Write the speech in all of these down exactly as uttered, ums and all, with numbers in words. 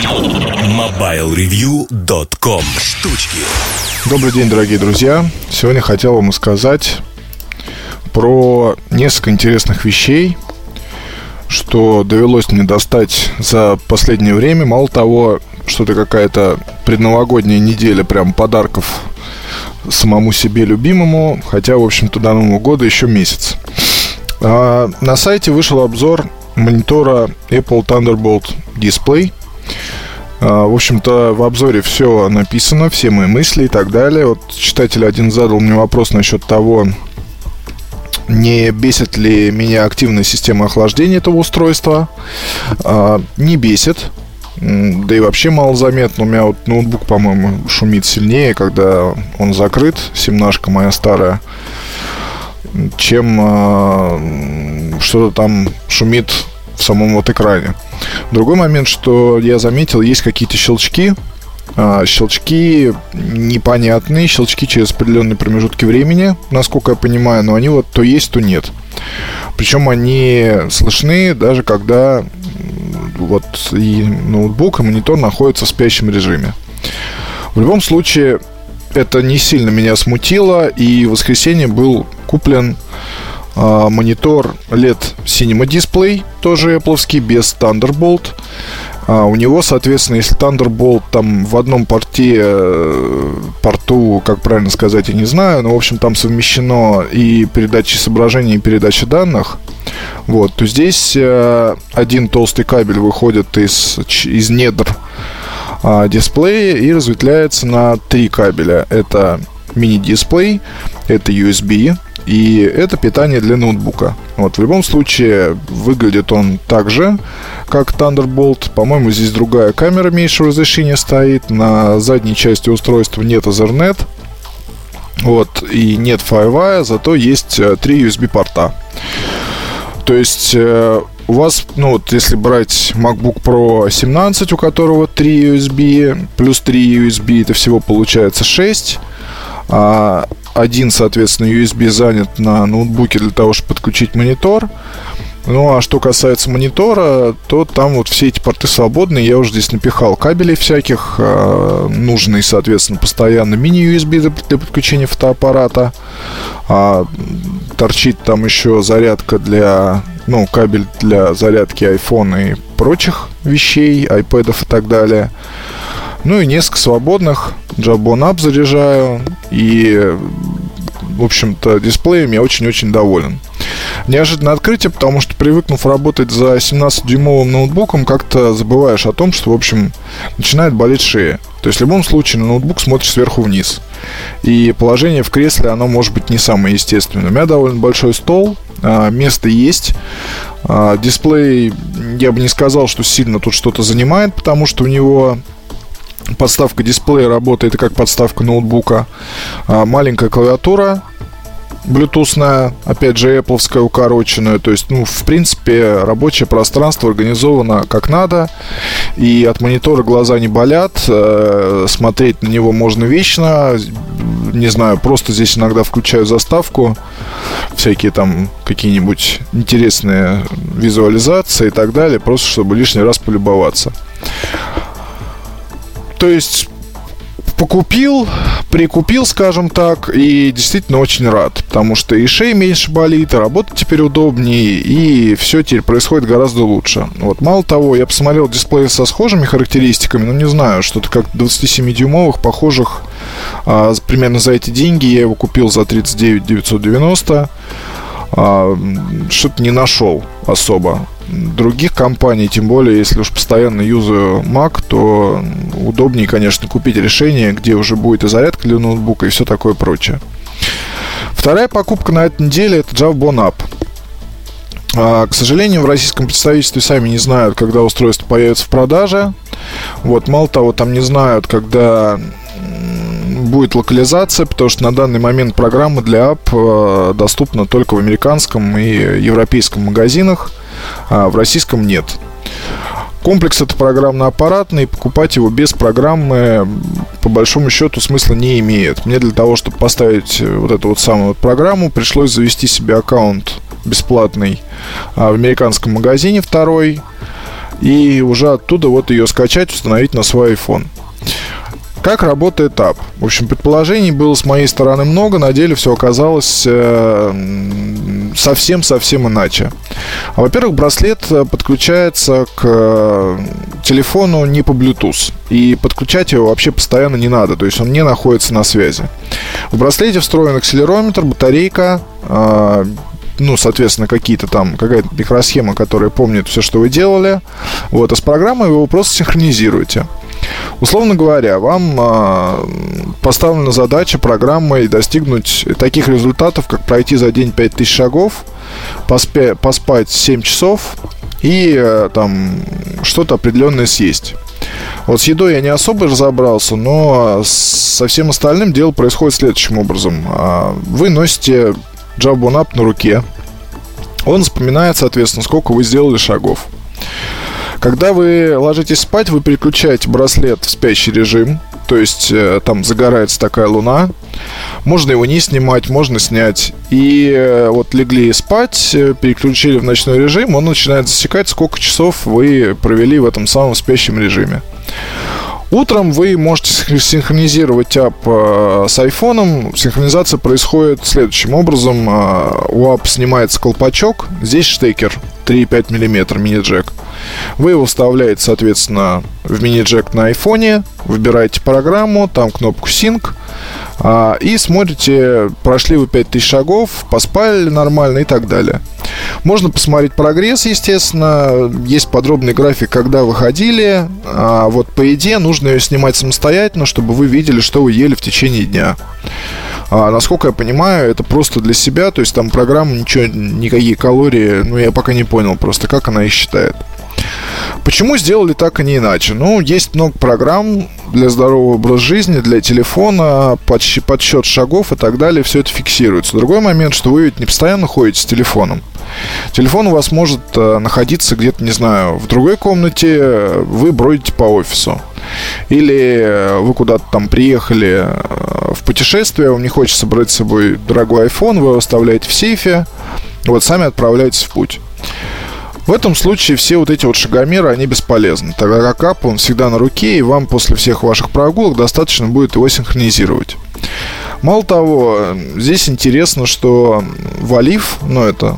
мобайл ревью точка ком. Штучки. Добрый день, дорогие друзья. Сегодня хотел вам сказать про несколько интересных вещей, что довелось мне достать за последнее время. Мало того, что это какая-то предновогодняя неделя прям подарков самому себе любимому, хотя, в общем-то, до Нового года еще месяц. А, на сайте вышел обзор монитора Apple Thunderbolt Display. а, В общем-то, в обзоре все написано, все мои мысли и так далее. Вот читатель один задал мне вопрос насчет того, не бесит ли меня активная система охлаждения этого устройства. а, Не бесит. Да и вообще мало заметно. У меня вот ноутбук, по-моему, шумит сильнее, когда он закрыт, семнашка моя старая, чем э, что-то там шумит в самом вот экране. Другой момент, что я заметил, есть какие-то щелчки. э, Щелчки непонятные, щелчки через определенные промежутки времени, насколько я понимаю, но они вот то есть, то нет. Причем они слышны даже когда вот и ноутбук, и монитор находятся в спящем режиме. В любом случае, это не сильно меня смутило, и в воскресенье был куплен э, монитор эл и ди Cinema Display, тоже Apple'овский, без Thunderbolt. А у него, соответственно, если Thunderbolt там в одном порте, э, порту, как правильно сказать, я не знаю, но, в общем, там совмещено и передача изображений, и передача данных, вот, то здесь э, один толстый кабель выходит из, из недр э, дисплея и разветвляется на три кабеля. Это мини-дисплей, это ю эс би и это питание для ноутбука. Вот, в любом случае, выглядит он так же, как Thunderbolt. По-моему, здесь другая камера меньшего разрешения стоит. На задней части устройства нет Ethernet, вот, и нет Firewire, зато есть три ю эс би порта. То есть э, у вас, ну вот, если брать MacBook Pro семнадцать, у которого три ю эс би плюс три ю эс би, это всего получается шесть. А один, соответственно, ю эс би занят на ноутбуке для того, чтобы подключить монитор. Ну, а что касается монитора, то там вот все эти порты свободны. Я уже здесь напихал кабелей всяких, э, нужный, соответственно, постоянно мини-ю эс би для, для подключения фотоаппарата. а, Торчит там еще зарядка для, ну, кабель для зарядки iPhone и прочих вещей, iPad'ов и так далее. Ну и несколько свободных. Jabon Up заряжаю. И, в общем-то, дисплеем я очень-очень доволен. Неожиданное открытие, потому что, привыкнув работать за семнадцатидюймовым ноутбуком, как-то забываешь о том, что, в общем, начинает болеть шея. То есть, в любом случае, на ноутбук смотришь сверху вниз. И положение в кресле, оно может быть не самое естественное. У меня довольно большой стол, место есть. Дисплей, я бы не сказал, что сильно тут что-то занимает, потому что у него подставка дисплея работает как подставка ноутбука. Маленькая клавиатура блютусная, опять же, Apple'овская укороченная. То есть, ну, в принципе, рабочее пространство организовано как надо. И от монитора глаза не болят. Смотреть на него можно вечно. Не знаю, просто здесь иногда включаю заставку, всякие там какие-нибудь интересные визуализации и так далее, просто чтобы лишний раз полюбоваться. То есть покупил, прикупил, скажем так, и действительно очень рад, потому что и шея меньше болит, и работать теперь удобнее, и все теперь происходит гораздо лучше. Вот, мало того, я посмотрел дисплеи со схожими характеристиками, но не знаю, что-то как двадцатисемидюймовых, похожих, а, примерно за эти деньги. Я его купил за тридцать девять тысяч девятьсот девяносто. а, Что-то не нашел особо других компаний, тем более, если уж постоянно юзаю Mac, то удобнее, конечно, купить решение, где уже будет и зарядка для ноутбука, и все такое прочее. Вторая покупка на этой неделе — это Jabon Up. а, К сожалению, в российском представительстве сами не знают, когда устройство появится в продаже. Вот, мало того, там не знают, когда будет локализация, потому что на данный момент программа для App доступна только в американском и европейском магазинах, а в российском нет. Комплекс — это программно-аппаратный, покупать его без программы по большому счету смысла не имеет. Мне для того, чтобы поставить вот эту вот самую вот программу, пришлось завести себе аккаунт бесплатный в американском магазине второй. и уже оттуда вот ее скачать, установить на свой iPhone. Как работает App? В общем, предположений было с моей стороны много, на деле все оказалось совсем-совсем иначе. Во-первых, браслет подключается к телефону не по Bluetooth, и подключать его вообще постоянно не надо, то есть он не находится на связи. В браслете встроен акселерометр, батарейка, ну, соответственно, какие-то там, какая-то микросхема, которая помнит все, что вы делали. Вот, а с программой вы его просто синхронизируете. Условно говоря, вам э, поставлена задача программой достигнуть таких результатов, как пройти за день пять тысяч шагов, поспе- поспать семь часов и э, там что-то определенное съесть. Вот с едой я не особо разобрался, но со всем остальным дело происходит следующим образом. Вы носите Jawbone App на руке. Он вспоминает, соответственно, сколько вы сделали шагов. Когда вы ложитесь спать, вы переключаете браслет в спящий режим. То есть там загорается такая луна. Можно его не снимать, можно снять. И вот легли спать, переключили в ночной режим, он начинает засекать, сколько часов вы провели в этом самом спящем режиме. Утром вы можете синхронизировать App с айфоном. Синхронизация происходит следующим образом. У App снимается колпачок. Здесь штекер три и пять миллиметра мини-джек. Вы его вставляете, соответственно, в мини-джек на айфоне. Выбираете программу, там кнопку Sync. И смотрите, прошли вы пять тысяч шагов, поспали нормально и так далее. Можно посмотреть прогресс, естественно. Есть подробный график, когда вы ходили. А вот по еде нужно ее снимать самостоятельно, чтобы вы видели, что вы ели в течение дня. а, Насколько я понимаю, это просто для себя. То есть там программа ничего, никакие калории, ну я пока не понял просто, как она их считает. Почему сделали так, а не иначе? Ну, есть много программ для здорового образа жизни, для телефона, подсчет шагов и так далее. Все это фиксируется. Другой момент, что вы ведь не постоянно ходите с телефоном. Телефон у вас может э, находиться где-то, не знаю, в другой комнате. Вы бродите по офису. Или вы куда-то там приехали э, в путешествие, вам не хочется брать с собой дорогой iPhone, вы его оставляете в сейфе, вот сами отправляетесь в путь. В этом случае все вот эти вот шагомеры, они бесполезны, тогда как App, он всегда на руке, и вам после всех ваших прогулок достаточно будет его синхронизировать. Мало того, здесь интересно, что Valve, ну это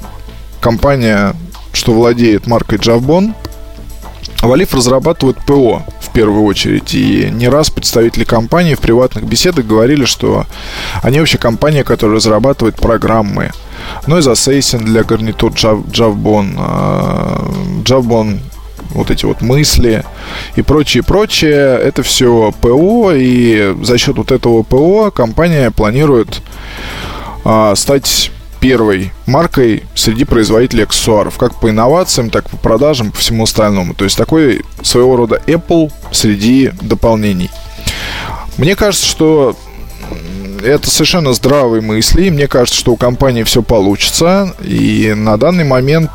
компания, что владеет маркой Jawbone, Valve разрабатывает ПО в первую очередь. И не раз представители компании в приватных беседах говорили, что они вообще компания, которая разрабатывает программы. Noise Assassin для гарнитур Jawbone, Jawbone, вот эти вот мысли и прочее, прочее. Это все ПО, и за счет вот этого ПО компания планирует а, стать первой маркой среди производителей аксессуаров, как по инновациям, так и по продажам, по всему остальному. То есть такой своего рода Apple среди дополнений. Мне кажется, что это совершенно здравые мысли. Мне кажется, что у компании все получится. И на данный момент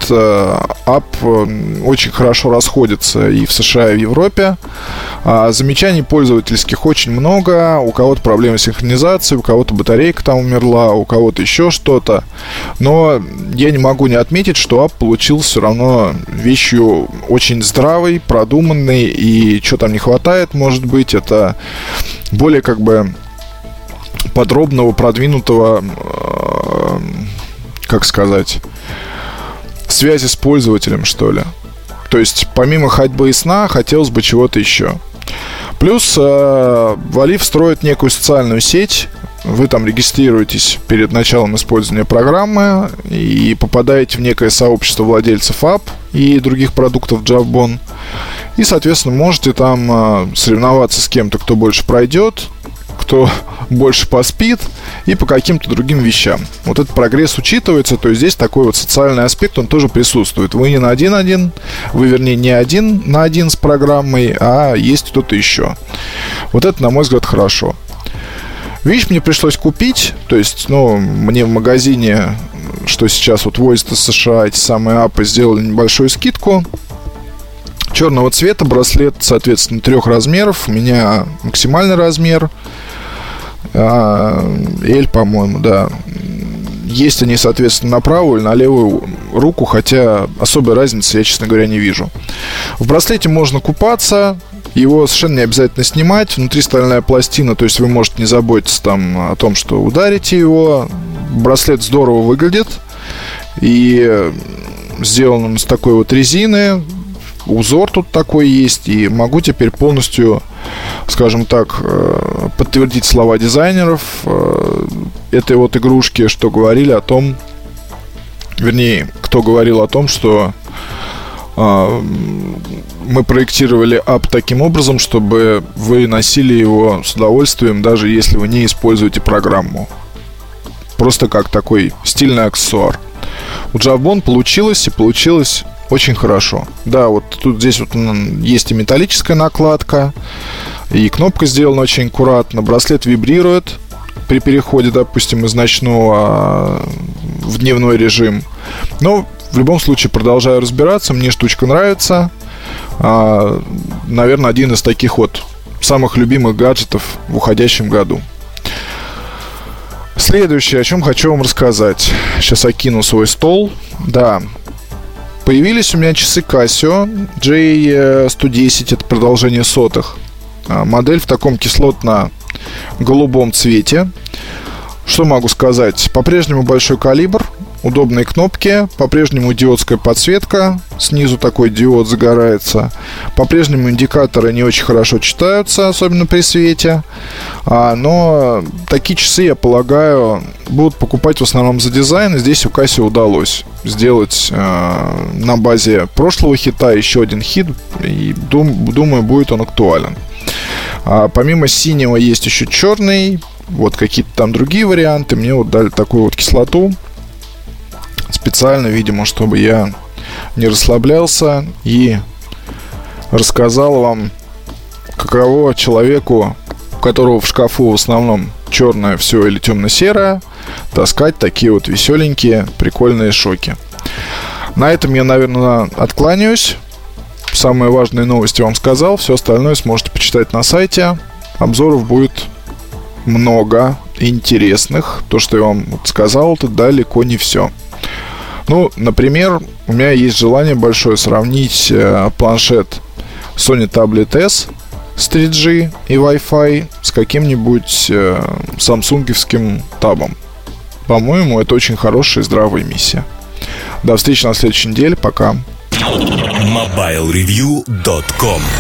App очень хорошо расходится и в США, и в Европе. Замечаний пользовательских очень много. У кого-то проблемы с синхронизацией, у кого-то батарейка там умерла, у кого-то еще что-то. Но я не могу не отметить, что App получился все равно вещью очень здравой, продуманной. И что там не хватает, может быть, это более как бы подробного, продвинутого, э, как сказать, связи с пользователем, что ли. То есть, помимо ходьбы и сна, хотелось бы чего-то еще. Плюс э, Valve строит некую социальную сеть. Вы там регистрируетесь перед началом использования программы и попадаете в некое сообщество владельцев App и других продуктов Jawbone. И, соответственно, можете там э, соревноваться с кем-то, кто больше пройдет, кто больше поспит и по каким-то другим вещам. Вот этот прогресс учитывается, то есть здесь такой вот социальный аспект, он тоже присутствует. Вы не на один-один, вы, вернее, не один на один с программой, а есть кто-то еще. Вот это, на мой взгляд, хорошо. Вещь мне пришлось купить, то есть, ну, мне в магазине, что сейчас вот возят из США, эти самые аппы, сделали небольшую скидку. Черного цвета, браслет, соответственно, трех размеров. У меня максимальный размер L, по-моему, да. есть они, соответственно, на правую или на левую руку, хотя особой разницы я, честно говоря, не вижу. В браслете можно купаться, его совершенно не обязательно снимать. Внутри стальная пластина, то есть вы можете не заботиться там о том, что ударите его. Браслет здорово выглядит и сделан он из такой вот резины. Узор тут такой есть. И могу теперь полностью, скажем так, подтвердить слова дизайнеров этой вот игрушки, что говорили о том, вернее, кто говорил о том, что э, мы проектировали ап таким образом, чтобы вы носили его с удовольствием, даже если вы не используете программу. Просто как такой стильный аксессуар. У Jawbone получилось, и получилось очень хорошо. Да, вот тут здесь вот есть и металлическая накладка, и кнопка сделана очень аккуратно. Браслет вибрирует при переходе, допустим, из ночного в дневной режим. Но в любом случае продолжаю разбираться. Мне штучка нравится. Наверное, один из таких вот самых любимых гаджетов в уходящем году. Следующее, о чем хочу вам рассказать. Сейчас окину свой стол. Да, появились у меня часы Casio джей сто десять. Это продолжение сотых. Модель в таком кислотно-голубом цвете. Что могу сказать? По-прежнему большой калибр, удобные кнопки, по-прежнему диодская подсветка, снизу такой диод загорается. По-прежнему индикаторы не очень хорошо читаются, особенно при свете. а, Но такие часы, я полагаю, будут покупать в основном за дизайн. И здесь у Casio удалось сделать э, на базе прошлого хита еще один хит. И дум, думаю, будет он актуален. а, Помимо синего есть еще черный. Вот какие-то там другие варианты. Мне вот дали такую вот кислоту специально, видимо, чтобы я не расслаблялся и рассказал вам, каково человеку, у которого в шкафу в основном черное все или темно-серое, таскать такие вот веселенькие, прикольные шоки. На этом я, наверное, откланяюсь. Самые важные новости вам сказал. Все остальное сможете почитать на сайте. Обзоров будет много интересных. То, что я вам сказал, это далеко не все. Ну, например, у меня есть желание большое сравнить э, планшет Sony Tablet S с три джи и Wi-Fi с каким-нибудь э, самсунговским табом. По-моему, это очень хорошая и здравая миссия. До встречи на следующей неделе. Пока. мобайл ревью точка ком